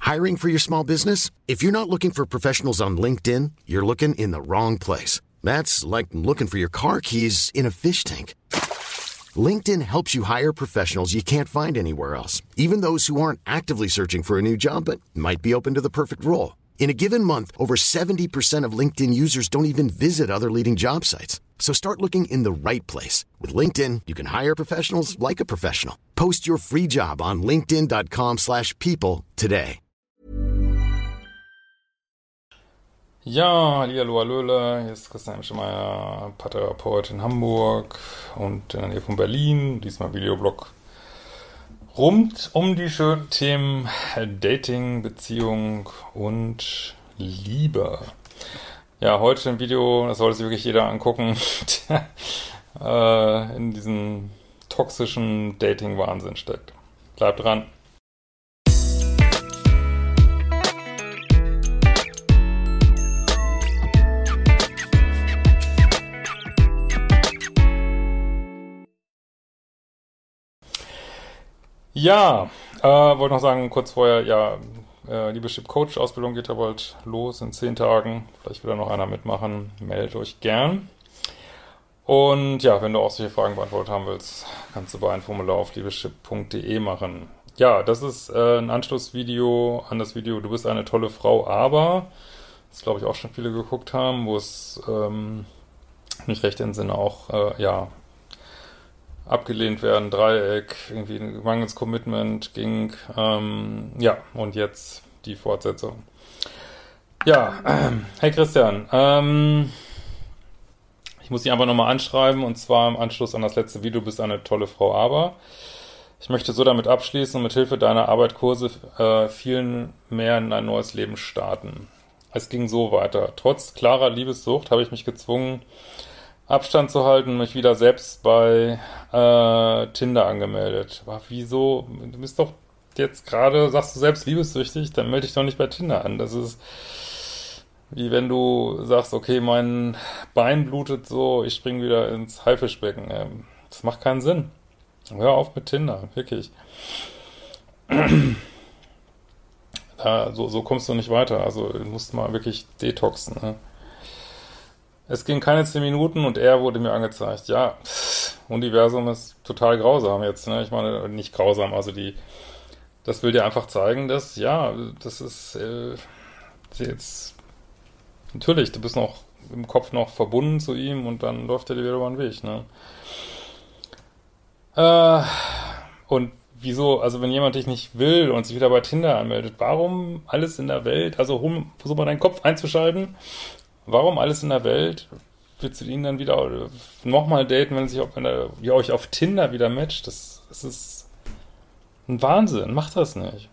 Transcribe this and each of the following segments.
Hiring for your small business? If you're not looking for professionals on LinkedIn, you're looking in the wrong place. That's like looking for your car keys in a fish tank. LinkedIn helps you hire professionals you can't find anywhere else, even those who aren't actively searching for a new job but might be open to the perfect role. In a given month, over 70% of LinkedIn users don't even visit other leading job sites. So start looking in the right place. With LinkedIn, you can hire professionals like a professional. Post your free job on linkedin.com/people today. Ja, hallihallo, hallöle, hier ist Christian Schemeier, Paartherapeut in Hamburg und in der Nähe von Berlin. Diesmal Videoblog rund um die schönen Themen Dating, Beziehung und Liebe. Ja, heute ein Video, das sollte sich wirklich jeder angucken, der in diesem toxischen Dating-Wahnsinn steckt. Bleibt dran. Ja, wollte noch sagen, kurz vorher, ja, Liebeschip-Coach-Ausbildung geht ja bald los in 10 Tagen. Vielleicht will da noch einer mitmachen, meldet euch gern. Und ja, wenn du auch solche Fragen beantwortet haben willst, kannst du bei ein Formular auf liebeschip.de machen. Ja, das ist ein Anschlussvideo an das Video Du bist eine tolle Frau, aber, das glaube ich auch schon viele geguckt haben, wo es nicht recht im Sinne auch, ja, abgelehnt werden, Dreieck, irgendwie mangels Commitment ging, ja, und jetzt die Fortsetzung. Ja, hey Christian, ich muss dich einfach nochmal anschreiben, und zwar im Anschluss an das letzte Video, du bist eine tolle Frau, aber ich möchte so damit abschließen und mit Hilfe deiner Arbeitkurse vielen mehr in ein neues Leben starten. Es ging so weiter. Trotz klarer Liebessucht habe ich mich gezwungen, Abstand zu halten, mich wieder selbst bei Tinder angemeldet. Aber wieso? Du bist doch jetzt gerade, sagst du selbst liebessüchtig, dann melde dich doch nicht bei Tinder an. Das ist wie wenn du sagst, okay, mein Bein blutet so, ich springe wieder ins Haifischbecken. Das macht keinen Sinn. Hör auf mit Tinder, wirklich. So kommst du nicht weiter. Also du musst mal wirklich detoxen, ne? Es ging keine 10 Minuten und er wurde mir angezeigt. Ja, Universum ist total grausam jetzt, ne? Ich meine, nicht grausam, also das will dir einfach zeigen, dass, ja, das ist jetzt, natürlich, du bist noch im Kopf noch verbunden zu ihm und dann läuft er dir wieder über den Weg, ne? Und wieso, also wenn jemand dich nicht will und sich wieder bei Tinder anmeldet, warum alles in der Welt, also versuch mal deinen Kopf einzuschalten, warum alles in der Welt willst du ihn dann wieder nochmal daten, wenn ihr euch auf Tinder wieder matcht? Das ist ein Wahnsinn. Macht das nicht.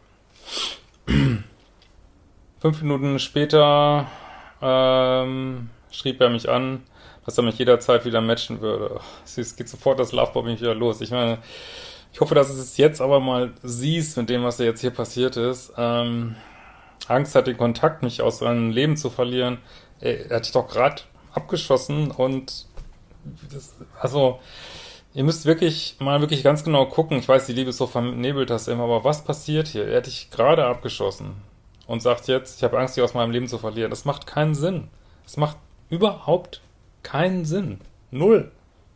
5 Minuten später schrieb er mich an, dass er mich jederzeit wieder matchen würde. Es geht sofort das Lovebombing wieder los. Ich meine, ich hoffe, dass du es jetzt aber mal siehst mit dem, was da jetzt hier passiert ist. Angst hat, den Kontakt, mich aus seinem Leben zu verlieren. Er hat dich doch gerade abgeschossen und also ihr müsst wirklich ganz genau gucken. Ich weiß, die Liebe ist so vernebelt das immer, aber was passiert hier? Er hat dich gerade abgeschossen und sagt jetzt, ich habe Angst, dich aus meinem Leben zu verlieren. Das macht keinen Sinn. Das macht überhaupt keinen Sinn. Null.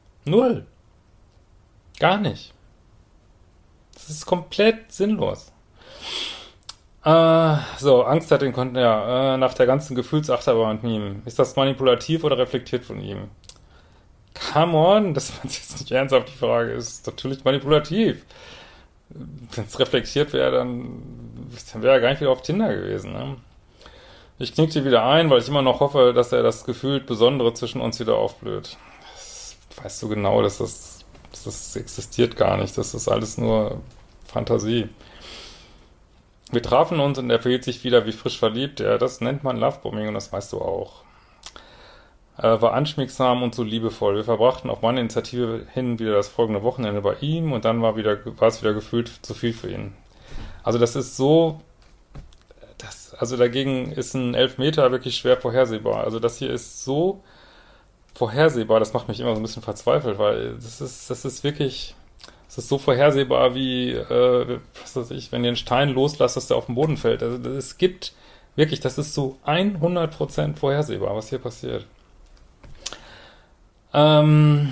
Gar nicht. Das ist komplett sinnlos. So, Angst hat den Konten, ja, nach der ganzen Gefühlsachterbahn mit ihm. Ist das manipulativ oder reflektiert von ihm? Come on, das ist jetzt nicht ernsthaft die Frage, ist natürlich manipulativ. Wenn es reflektiert wäre, dann wäre er gar nicht wieder auf Tinder gewesen, ne? Ich knickte wieder ein, weil ich immer noch hoffe, dass er das gefühlt Besondere zwischen uns wieder aufblüht. Das weißt du genau, dass das existiert gar nicht. Das ist alles nur Fantasie. Wir trafen uns und er verhielt sich wieder wie frisch verliebt. Ja, das nennt man Lovebombing und das weißt du auch. War anschmiegsam und so liebevoll. Wir verbrachten auf meine Initiative hin wieder das folgende Wochenende bei ihm und dann war es wieder gefühlt zu viel für ihn. Also das ist so, also dagegen ist ein Elfmeter wirklich schwer vorhersehbar. Also das hier ist so vorhersehbar, das macht mich immer so ein bisschen verzweifelt, weil das ist wirklich, das Das ist so vorhersehbar wie, was weiß ich, wenn ihr einen Stein loslasst, dass der auf den Boden fällt. Also es gibt wirklich, das ist so 100% vorhersehbar, was hier passiert. Ähm,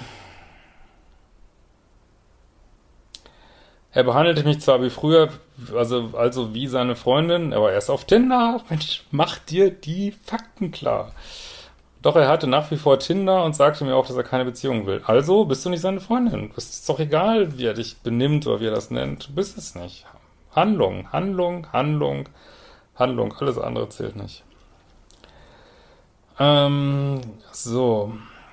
Er behandelte mich zwar wie früher, also wie seine Freundin, aber erst auf Tinder. Mensch, mach dir die Fakten klar. Doch er hatte nach wie vor Tinder und sagte mir auch, dass er keine Beziehung will. Also bist du nicht seine Freundin. Es ist doch egal, wie er dich benimmt oder wie er das nennt. Du bist es nicht. Handlung, Handlung, Handlung, Handlung. Alles andere zählt nicht. So.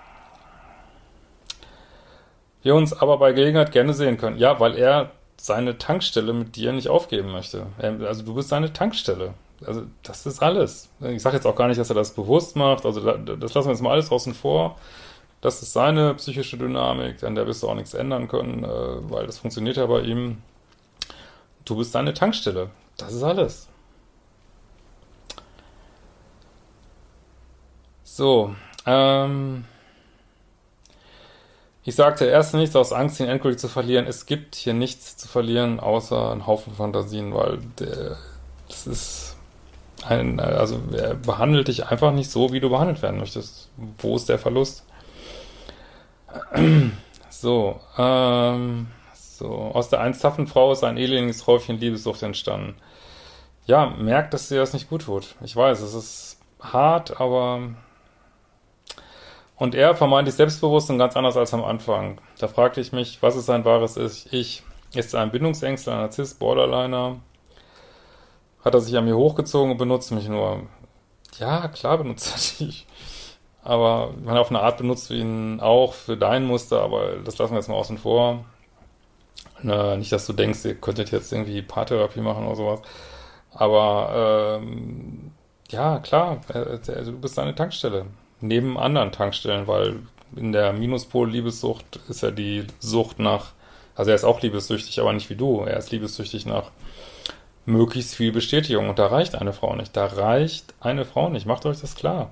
Wir uns aber bei Gelegenheit gerne sehen können. Ja, weil er seine Tankstelle mit dir nicht aufgeben möchte. Also du bist seine Tankstelle. Also das ist alles. Ich sage jetzt auch gar nicht, dass er das bewusst macht. Also das lassen wir jetzt mal alles außen vor. Das ist seine psychische Dynamik, an der wirst du auch nichts ändern können, weil das funktioniert ja bei ihm. Du bist seine Tankstelle. Das ist alles. So, ich sagte erst nichts aus Angst, ihn endgültig zu verlieren. Es gibt hier nichts zu verlieren, außer einen Haufen Fantasien, weil das ist also er behandelt dich einfach nicht so, wie du behandelt werden möchtest. Wo ist der Verlust? So, aus der einzaffen Frau ist ein elendiges Häufchen Liebessucht entstanden. Ja, merkt, dass dir das nicht gut tut. Ich weiß, es ist hart, aber... Und er vermeintlich selbstbewusst und ganz anders als am Anfang. Da fragte ich mich, was ist sein wahres Ich? Ist er ein Bindungsängstler, ein Narzisst, Borderliner? Hat er sich an mir hochgezogen und benutzt mich nur? Ja, klar benutzt er dich. Aber man auf eine Art benutzt du ihn auch für dein Muster, aber das lassen wir jetzt mal außen vor. Nicht, dass du denkst, ihr könntet jetzt irgendwie Paartherapie machen oder sowas. Aber ja, klar, also du bist seine Tankstelle. Neben anderen Tankstellen, weil in der Minuspol-Liebessucht ist ja die Sucht nach, also er ist auch liebessüchtig, aber nicht wie du. Er ist liebessüchtig nach möglichst viel Bestätigung und da reicht eine Frau nicht. Da reicht eine Frau nicht. Macht euch das klar.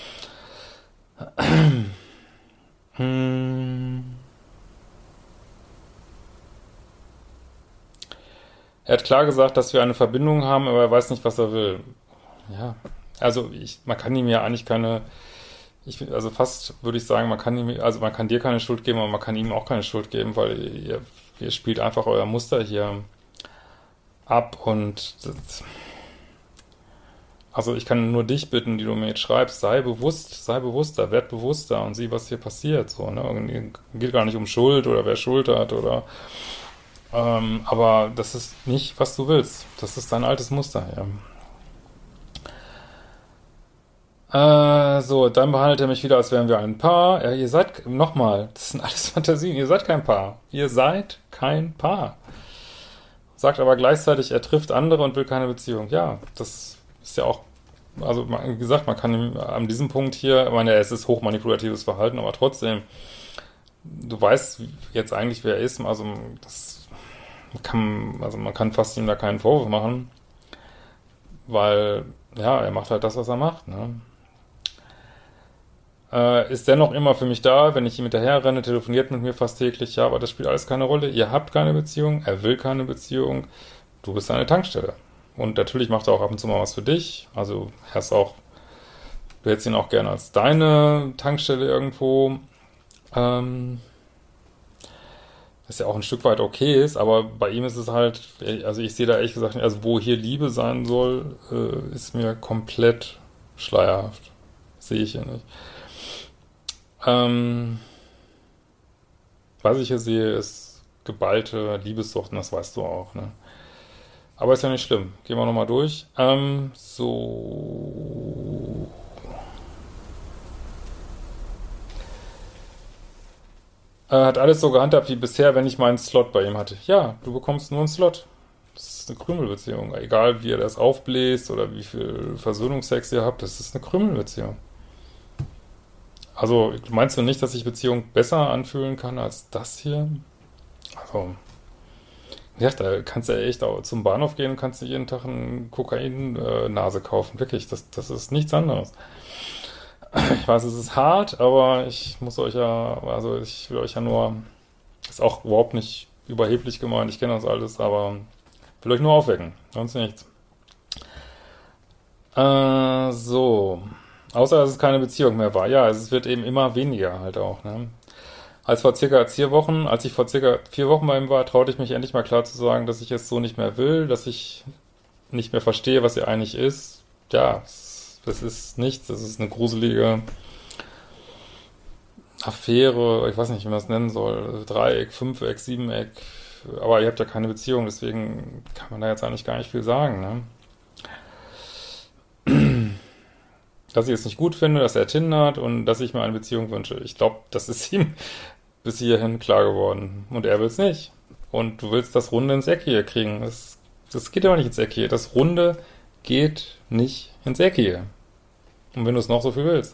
Er hat klar gesagt, dass wir eine Verbindung haben, aber er weiß nicht, was er will. Ja, also man kann ihm ja eigentlich keine, also fast würde ich sagen, man kann dir keine Schuld geben, aber man kann ihm auch keine Schuld geben, weil ihr spielt einfach euer Muster hier ab und also ich kann nur dich bitten, die du mir jetzt schreibst, sei bewusster, werd bewusster und sieh, was hier passiert, so, ne? Geht gar nicht um Schuld oder wer Schuld hat oder aber das ist nicht, was du willst. Das ist dein altes Muster, ja. So, dann behandelt er mich wieder, als wären wir ein Paar. Ja, ihr seid, nochmal, das sind alles Fantasien, ihr seid kein Paar. Ihr seid kein Paar. Sagt aber gleichzeitig, er trifft andere und will keine Beziehung. Ja, das ist ja auch, also wie gesagt, man kann ihm an diesem Punkt hier, ich meine, es ist hochmanipulatives Verhalten, aber trotzdem, du weißt jetzt eigentlich, wer er ist, also man kann fast ihm da keinen Vorwurf machen, weil, ja, er macht halt das, was er macht, ne? Ist dennoch immer für mich da, wenn ich ihm hinterher renne, telefoniert mit mir fast täglich, ja, aber das spielt alles keine Rolle. Ihr habt keine Beziehung, er will keine Beziehung, du bist seine Tankstelle. Und natürlich macht er auch ab und zu mal was für dich, also er ist auch, du hättest ihn auch gerne als deine Tankstelle irgendwo, was ja auch ein Stück weit okay ist, aber bei ihm ist es halt, also ich sehe da ehrlich gesagt nicht, also wo hier Liebe sein soll, ist mir komplett schleierhaft. Sehe ich hier nicht. Was ich hier sehe, ist geballte Liebessucht, und das weißt du auch, ne? Aber ist ja nicht schlimm. Gehen wir nochmal durch. So. Hat alles so gehandhabt wie bisher, wenn ich meinen Slot bei ihm hatte. Ja, du bekommst nur einen Slot. Das ist eine Krümelbeziehung. Egal, wie ihr das aufbläst oder wie viel Versöhnungsex ihr habt, das ist eine Krümelbeziehung. Also, meinst du nicht, dass sich Beziehung besser anfühlen kann als das hier? Also, ja, da kannst du ja echt auch zum Bahnhof gehen und kannst dir jeden Tag eine Kokain-Nase kaufen. Wirklich, das ist nichts anderes. Ich weiß, es ist hart, aber ich will euch ja nur, ist auch überhaupt nicht überheblich gemeint, ich kenne das alles, aber will euch nur aufwecken, sonst nichts. So. Außer, dass es keine Beziehung mehr war. Ja, es wird eben immer weniger halt auch, ne? Als ich vor circa 4 Wochen bei ihm war, traute ich mich endlich mal klar zu sagen, dass ich es so nicht mehr will, dass ich nicht mehr verstehe, was sie eigentlich ist. Ja, das ist nichts, das ist eine gruselige Affäre, ich weiß nicht, wie man es nennen soll, Dreieck, Fünfeck, Siebeneck, aber ihr habt ja keine Beziehung, deswegen kann man da jetzt eigentlich gar nicht viel sagen, ne? Dass ich es nicht gut finde, dass er tindert und dass ich mir eine Beziehung wünsche. Ich glaube, das ist ihm bis hierhin klar geworden. Und er will es nicht. Und du willst das Runde ins Eckige kriegen. Das geht aber nicht ins Eckige. Das Runde geht nicht ins Eckige. Und wenn du es noch so viel willst.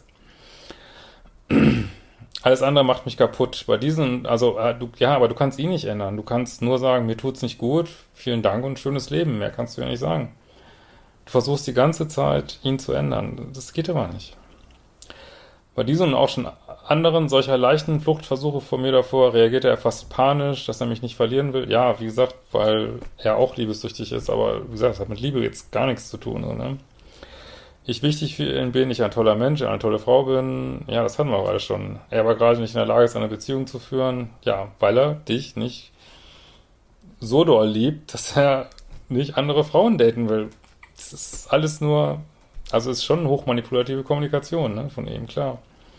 Alles andere macht mich kaputt. Bei diesen, also, aber du kannst ihn nicht ändern. Du kannst nur sagen, mir tut's nicht gut, vielen Dank und schönes Leben. Mehr kannst du ja nicht sagen. Du versuchst die ganze Zeit, ihn zu ändern. Das geht aber nicht. Bei diesen und auch schon anderen solcher leichten Fluchtversuche von mir davor reagierte er fast panisch, dass er mich nicht verlieren will. Ja, wie gesagt, weil er auch liebessüchtig ist, aber wie gesagt, das hat mit Liebe jetzt gar nichts zu tun, so, ne? Ich wichtig für ihn bin, ich ein toller Mensch, eine tolle Frau bin. Ja, das hatten wir auch alle schon. Er aber gerade nicht in der Lage ist, eine Beziehung zu führen. Ja, weil er dich nicht so doll liebt, dass er nicht andere Frauen daten will. Das ist alles nur, also ist schon hochmanipulative Kommunikation, ne, von ihm, klar.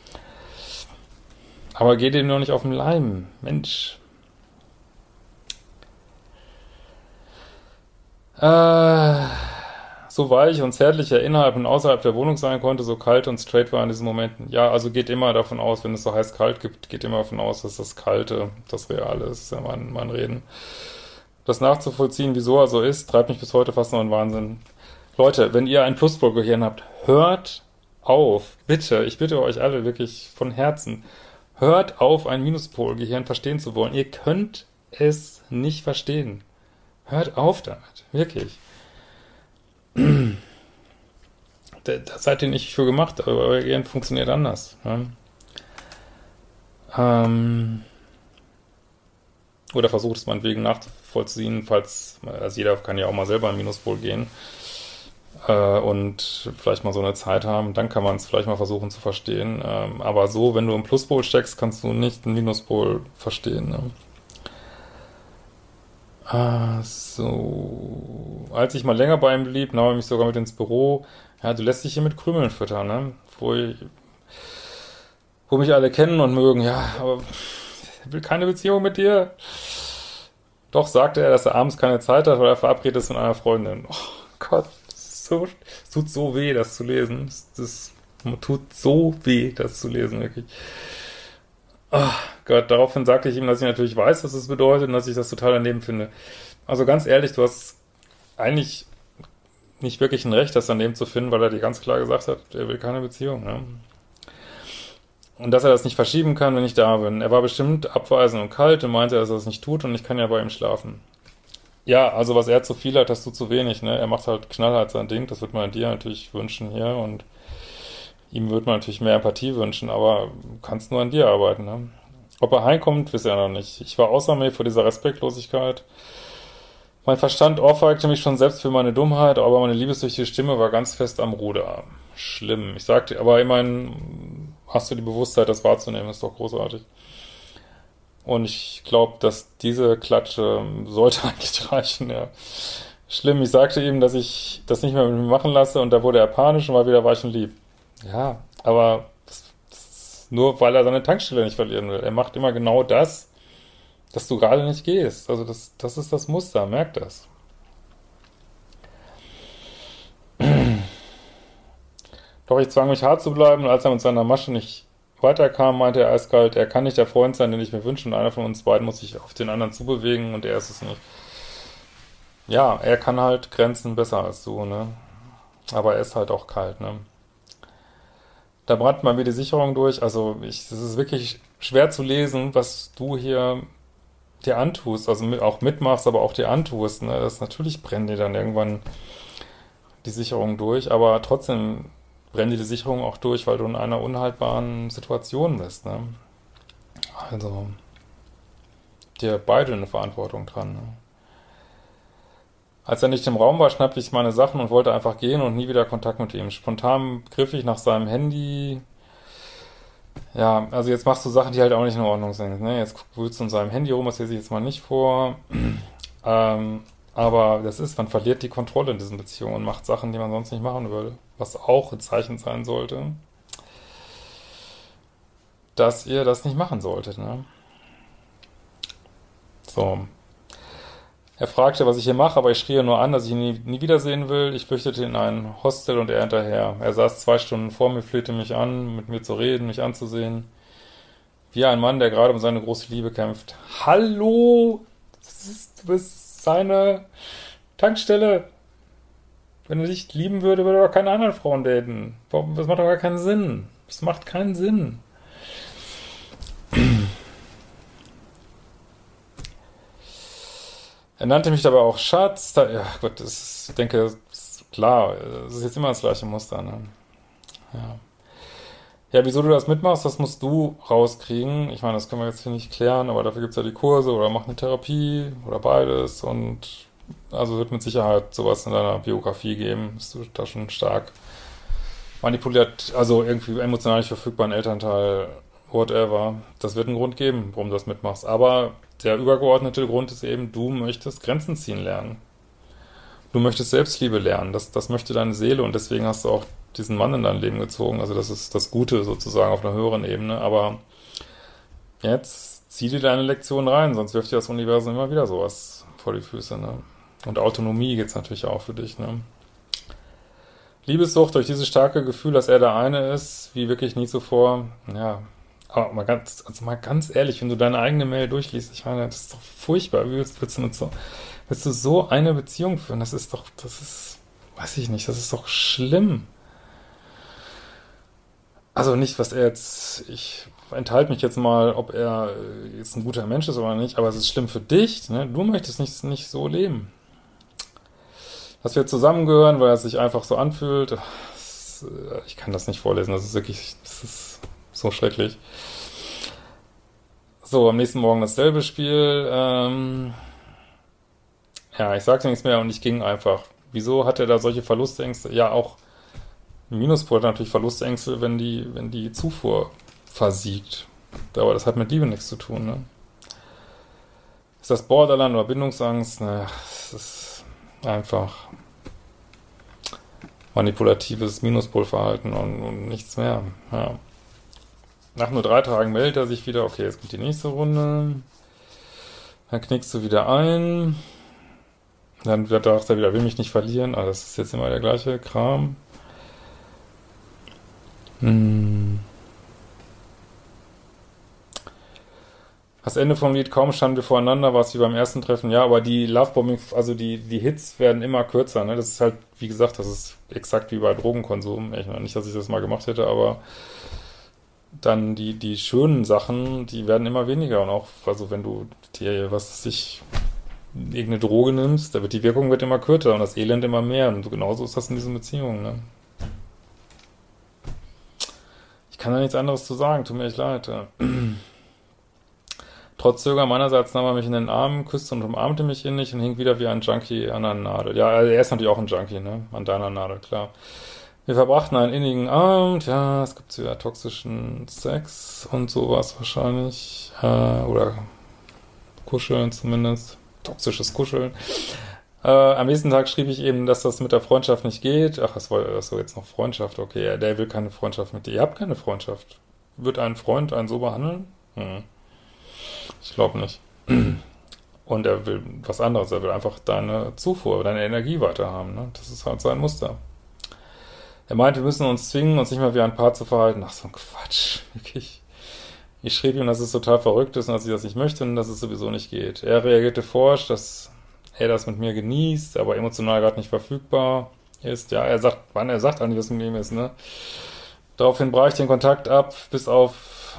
Aber geht ihm noch nicht auf den Leim, Mensch. So weich und zärtlich er innerhalb und außerhalb der Wohnung sein konnte, so kalt und straight war in diesen Momenten. Ja, also geht immer davon aus, wenn es so heiß kalt gibt, geht immer davon aus, dass das Kalte das Reale ist, ist ja mein Reden. Das nachzuvollziehen, wieso er so ist, treibt mich bis heute fast noch in Wahnsinn. Leute, wenn ihr ein Pluspol-Gehirn habt, hört auf, bitte, ich bitte euch alle wirklich von Herzen, hört auf, ein Minuspol-Gehirn verstehen zu wollen. Ihr könnt es nicht verstehen. Hört auf damit, wirklich. Da seid ihr nicht für gemacht, aber euer Gehirn funktioniert anders. Ne? Oder versucht es meinetwegen nachzuvollziehen, falls, also jeder kann ja auch mal selber einen Minuspol gehen und vielleicht mal so eine Zeit haben, dann kann man es vielleicht mal versuchen zu verstehen. Aber so, wenn du im Pluspol steckst, kannst du nicht einen Minuspol verstehen. Ne? So. Als ich mal länger bei ihm blieb, nahm er mich sogar mit ins Büro. Ja, du lässt dich hier mit Krümeln füttern, ne? Wo mich alle kennen und mögen. Ja, aber er will keine Beziehung mit dir. Doch sagte er, dass er abends keine Zeit hat, weil er verabredet ist mit einer Freundin. Oh Gott, es tut so weh, das zu lesen. Das tut so weh, das zu lesen, wirklich. Oh Gott, daraufhin sagte ich ihm, dass ich natürlich weiß, was es bedeutet und dass ich das total daneben finde. Also ganz ehrlich, du hast eigentlich nicht wirklich ein Recht, das daneben zu finden, weil er dir ganz klar gesagt hat, er will keine Beziehung. Ne? Und dass er das nicht verschieben kann, wenn ich da bin. Er war bestimmt abweisend und kalt und meinte, dass er das nicht tut und ich kann ja bei ihm schlafen. Ja, also was er zu viel hat, hast du zu wenig. Ne? Er macht halt knallhart sein Ding, das wird man dir natürlich wünschen hier und ihm würde man natürlich mehr Empathie wünschen, aber du kannst nur an dir arbeiten. Ne? Ob er heimkommt, wisst ihr noch nicht. Ich war außer mir vor dieser Respektlosigkeit. Mein Verstand ohrfeigte mich schon selbst für meine Dummheit, aber meine liebessüchtige Stimme war ganz fest am Ruder. Schlimm. Ich sagte, aber immerhin hast du die Bewusstheit, das wahrzunehmen, ist doch großartig. Und ich glaube, dass diese Klatsche sollte eigentlich reichen, ja. Schlimm. Ich sagte ihm, dass ich das nicht mehr mit mir machen lasse und da wurde er panisch und war wieder weich und lieb. Ja, aber das ist nur, weil er seine Tankstelle nicht verlieren will. Er macht immer genau das, dass du gerade nicht gehst. Also das ist das Muster, merk das. Doch ich zwang mich hart zu bleiben und als er mit seiner Masche nicht weiterkam, meinte er eiskalt, er kann nicht der Freund sein, den ich mir wünsche und einer von uns beiden muss sich auf den anderen zubewegen und er ist es nicht. Ja, er kann halt Grenzen besser als du, ne? Aber er ist halt auch kalt, ne? Da brannt mal mir die Sicherung durch. Also es ist wirklich schwer zu lesen, was du hier dir antust. Also auch mitmachst, aber auch dir antust. Ne? Das natürlich brennt dir dann irgendwann die Sicherung durch. Aber trotzdem brennt dir die Sicherung auch durch, weil du in einer unhaltbaren Situation bist. Ne? Also ihr beide eine Verantwortung dran. Ne? Als er nicht im Raum war, schnappte ich meine Sachen und wollte einfach gehen und nie wieder Kontakt mit ihm. Spontan griff ich nach seinem Handy. Ja, also jetzt machst du Sachen, die halt auch nicht in Ordnung sind. Ne? Jetzt wühlst du in seinem Handy rum, das lese ich jetzt mal nicht vor. Aber man verliert die Kontrolle in diesen Beziehungen und macht Sachen, die man sonst nicht machen würde. Was auch ein Zeichen sein sollte, dass ihr das nicht machen solltet. Ne? So. Er fragte, was ich hier mache, aber ich schrie nur an, dass ich ihn nie wiedersehen will. Ich flüchtete in ein Hostel und er hinterher. Er saß 2 Stunden vor mir, flehte mich an, mit mir zu reden, mich anzusehen. Wie ein Mann, der gerade um seine große Liebe kämpft. Hallo! Du bist seine Tankstelle. Wenn er dich lieben würde, würde er doch keine anderen Frauen daten. Das macht doch gar keinen Sinn. Das macht keinen Sinn. Er nannte mich dabei auch Schatz. Ja gut, ich denke, das ist klar. Das ist jetzt immer das gleiche Muster, ne? Ja. Ja, wieso du das mitmachst, das musst du rauskriegen. Ich meine, das können wir jetzt hier nicht klären, aber dafür gibt's ja die Kurse oder mach eine Therapie oder beides. Und also wird mit Sicherheit sowas in deiner Biografie geben, dass du da schon stark manipuliert, also irgendwie emotional nicht verfügbaren Elternteil, whatever. Das wird einen Grund geben, warum du das mitmachst. Aber der übergeordnete Grund ist eben, du möchtest Grenzen ziehen lernen. Du möchtest Selbstliebe lernen. Das möchte deine Seele und deswegen hast du auch diesen Mann in dein Leben gezogen. Also das ist das Gute sozusagen auf einer höheren Ebene. Aber jetzt zieh dir deine Lektion rein, sonst wirft dir das Universum immer wieder sowas vor die Füße. Ne? Und Autonomie geht's natürlich auch für dich. Ne? Liebessucht durch dieses starke Gefühl, dass er der eine ist, wie wirklich nie zuvor. Ja, aber mal ganz ehrlich, wenn du deine eigene Mail durchliest, ich meine, das ist doch furchtbar. Wie willst du so eine Beziehung führen? Weiß ich nicht, das ist doch schlimm. Also nicht, ich enthalte mich jetzt mal, ob er jetzt ein guter Mensch ist oder nicht, aber es ist schlimm für dich, ne? Du möchtest nicht so leben. Dass wir zusammengehören, weil es sich einfach so anfühlt, ich kann das nicht vorlesen, das ist so schrecklich. So, am nächsten Morgen dasselbe Spiel. Ja, ich sagte nichts mehr und ich ging einfach. Wieso hat er da solche Verlustängste? Ja, auch ein Minuspol hat natürlich Verlustängste, wenn die Zufuhr versiegt. Aber das hat mit Liebe nichts zu tun, ne? Ist das Borderline oder Bindungsangst? Na, das ist einfach manipulatives Minuspolverhalten und nichts mehr. Ja. Nach nur 3 Tagen meldet er sich wieder. Okay, jetzt kommt die nächste Runde. Dann knickst du wieder ein. Dann sagt er wieder, will mich nicht verlieren. Aber das ist jetzt immer der gleiche Kram. Das Ende vom Lied, kaum standen wir voreinander, war es wie beim ersten Treffen. Ja, aber die Lovebombing, also die Hits werden immer kürzer, ne? Das ist halt, wie gesagt, das ist exakt wie bei Drogenkonsum. Nicht, dass ich das mal gemacht hätte, aber dann die schönen Sachen, die werden immer weniger. Und auch, also wenn du dir, irgendeine Droge nimmst, die Wirkung wird immer kürzer und das Elend immer mehr. Und genauso ist das in diesen Beziehungen, ne? Ich kann da nichts anderes zu sagen, tut mir echt leid. Ja. Trotz Zögern meinerseits nahm er mich in den Arm, küsste und umarmte mich innig und hing wieder wie ein Junkie an einer Nadel. Ja, also er ist natürlich auch ein Junkie, ne? An deiner Nadel, klar. Wir verbrachten einen innigen Abend, ja, es gibt wieder toxischen Sex und sowas wahrscheinlich. Oder Kuscheln zumindest. Toxisches Kuscheln. Am nächsten Tag schrieb ich eben, dass das mit der Freundschaft nicht geht. Ach, das war so jetzt noch Freundschaft, okay. Der will keine Freundschaft mit dir. Ihr habt keine Freundschaft. Wird ein Freund einen so behandeln? Ich glaube nicht. Und er will was anderes. Er will einfach deine Zufuhr, deine Energie weiterhaben. Ne? Das ist halt sein Muster. Er meint, wir müssen uns zwingen, uns nicht mehr wie ein Paar zu verhalten. Ach, so ein Quatsch. Wirklich. Ich schrieb ihm, dass es total verrückt ist und dass ich das nicht möchte und dass es sowieso nicht geht. Er reagierte forsch, dass er das mit mir genießt, aber emotional gerade nicht verfügbar ist. Ja, er sagt eigentlich, was mit ihm ist, ne? Daraufhin brach ich den Kontakt ab, bis auf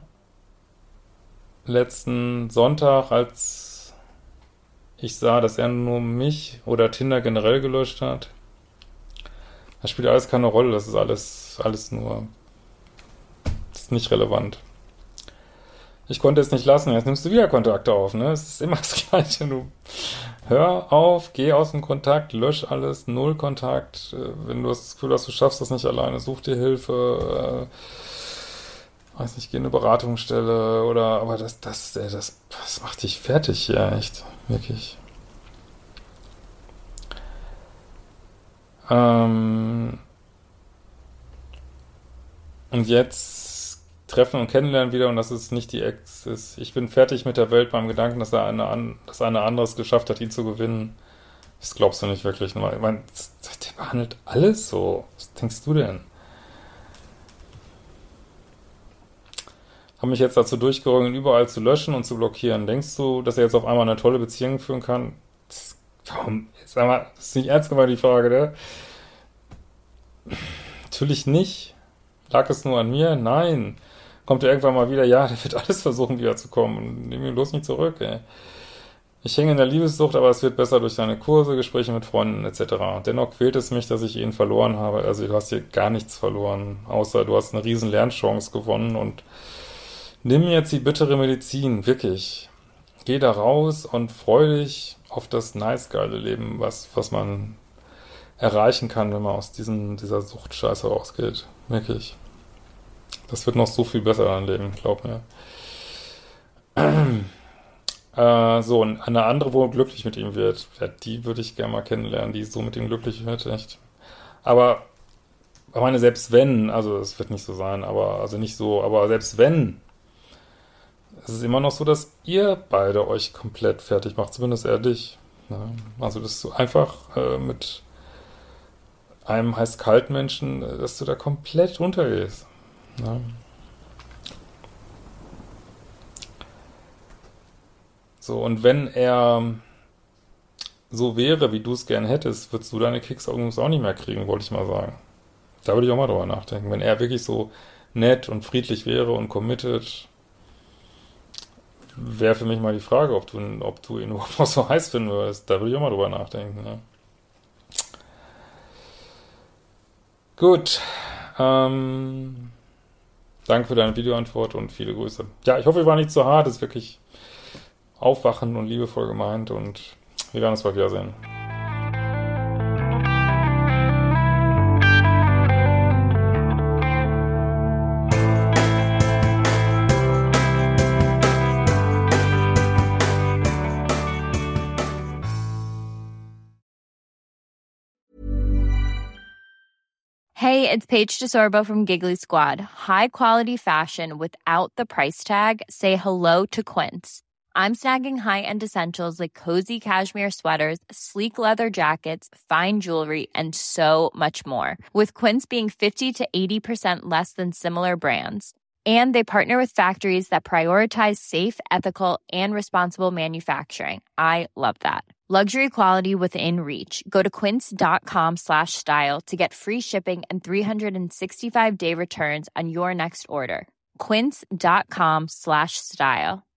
letzten Sonntag, als ich sah, dass er nur mich oder Tinder generell gelöscht hat. Das spielt alles keine Rolle, das ist alles ist nicht relevant. Ich konnte es nicht lassen, jetzt nimmst du wieder Kontakte auf, ne? Es ist immer das Gleiche. Du hör auf, geh aus dem Kontakt, lösch alles, null Kontakt. Wenn du das Gefühl hast, du schaffst das nicht alleine, such dir Hilfe, weiß nicht, geh in eine Beratungsstelle oder, aber das macht dich fertig, ja, echt, wirklich. Und jetzt treffen und kennenlernen wieder und dass es nicht die Ex ist. Ich bin fertig mit der Welt beim Gedanken, dass einer anderes geschafft hat, ihn zu gewinnen. Das glaubst du nicht wirklich. Ich meine, der behandelt alles so. Was denkst du denn? Habe mich jetzt dazu durchgerungen, überall zu löschen und zu blockieren. Denkst du, dass er jetzt auf einmal eine tolle Beziehung führen kann? Warum? Sag mal, das ist nicht ernst gemeint, die Frage, ne? Natürlich nicht. Lag es nur an mir? Nein. Kommt er irgendwann mal wieder? Ja, der wird alles versuchen, wiederzukommen. Nimm ihn bloß nicht zurück, ey. Ich hänge in der Liebessucht, aber es wird besser durch deine Kurse, Gespräche mit Freunden etc. Dennoch quält es mich, dass ich ihn verloren habe. Also du hast hier gar nichts verloren, außer du hast eine riesen Lernchance gewonnen und nimm jetzt die bittere Medizin, wirklich. Geh da raus und freu dich auf das nice, geile Leben, was man erreichen kann, wenn man aus dieser Suchtscheiße rausgeht. Wirklich. Das wird noch so viel besser dein Leben, glaub mir. So, und eine andere, wo glücklich mit ihm wird, ja, die würde ich gerne mal kennenlernen, die so mit ihm glücklich wird, echt. Aber, ich meine, selbst wenn, also es wird nicht so sein, aber, also nicht so, aber selbst wenn, es ist immer noch so, dass ihr beide euch komplett fertig macht, zumindest er dich. Ne? Also, dass du einfach mit einem heiß-kalt Menschen, dass du da komplett runtergehst. Ne? So, und wenn er so wäre, wie du es gern hättest, würdest du deine Kicks übrigens auch nicht mehr kriegen, wollte ich mal sagen. Da würde ich auch mal drüber nachdenken. Wenn er wirklich so nett und friedlich wäre und committed, wäre für mich mal die Frage, ob du ihn überhaupt noch so heiß finden würdest. Da würde ich auch mal drüber nachdenken. Ne? Gut. Danke für deine Videoantwort und viele Grüße. Ja, ich hoffe, ich war nicht zu hart. Das ist wirklich aufwachend und liebevoll gemeint und wir werden uns bald wiedersehen. Hey, it's Paige DeSorbo from Giggly Squad. High quality fashion without the price tag. Say hello to Quince. I'm snagging high-end essentials like cozy cashmere sweaters, sleek leather jackets, fine jewelry, and so much more. With Quince being 50 to 80% less than similar brands. And they partner with factories that prioritize safe, ethical, and responsible manufacturing. I love that. Luxury quality within reach. Go to quince.com/style to get free shipping and 365-day returns on your next order. Quince.com/style.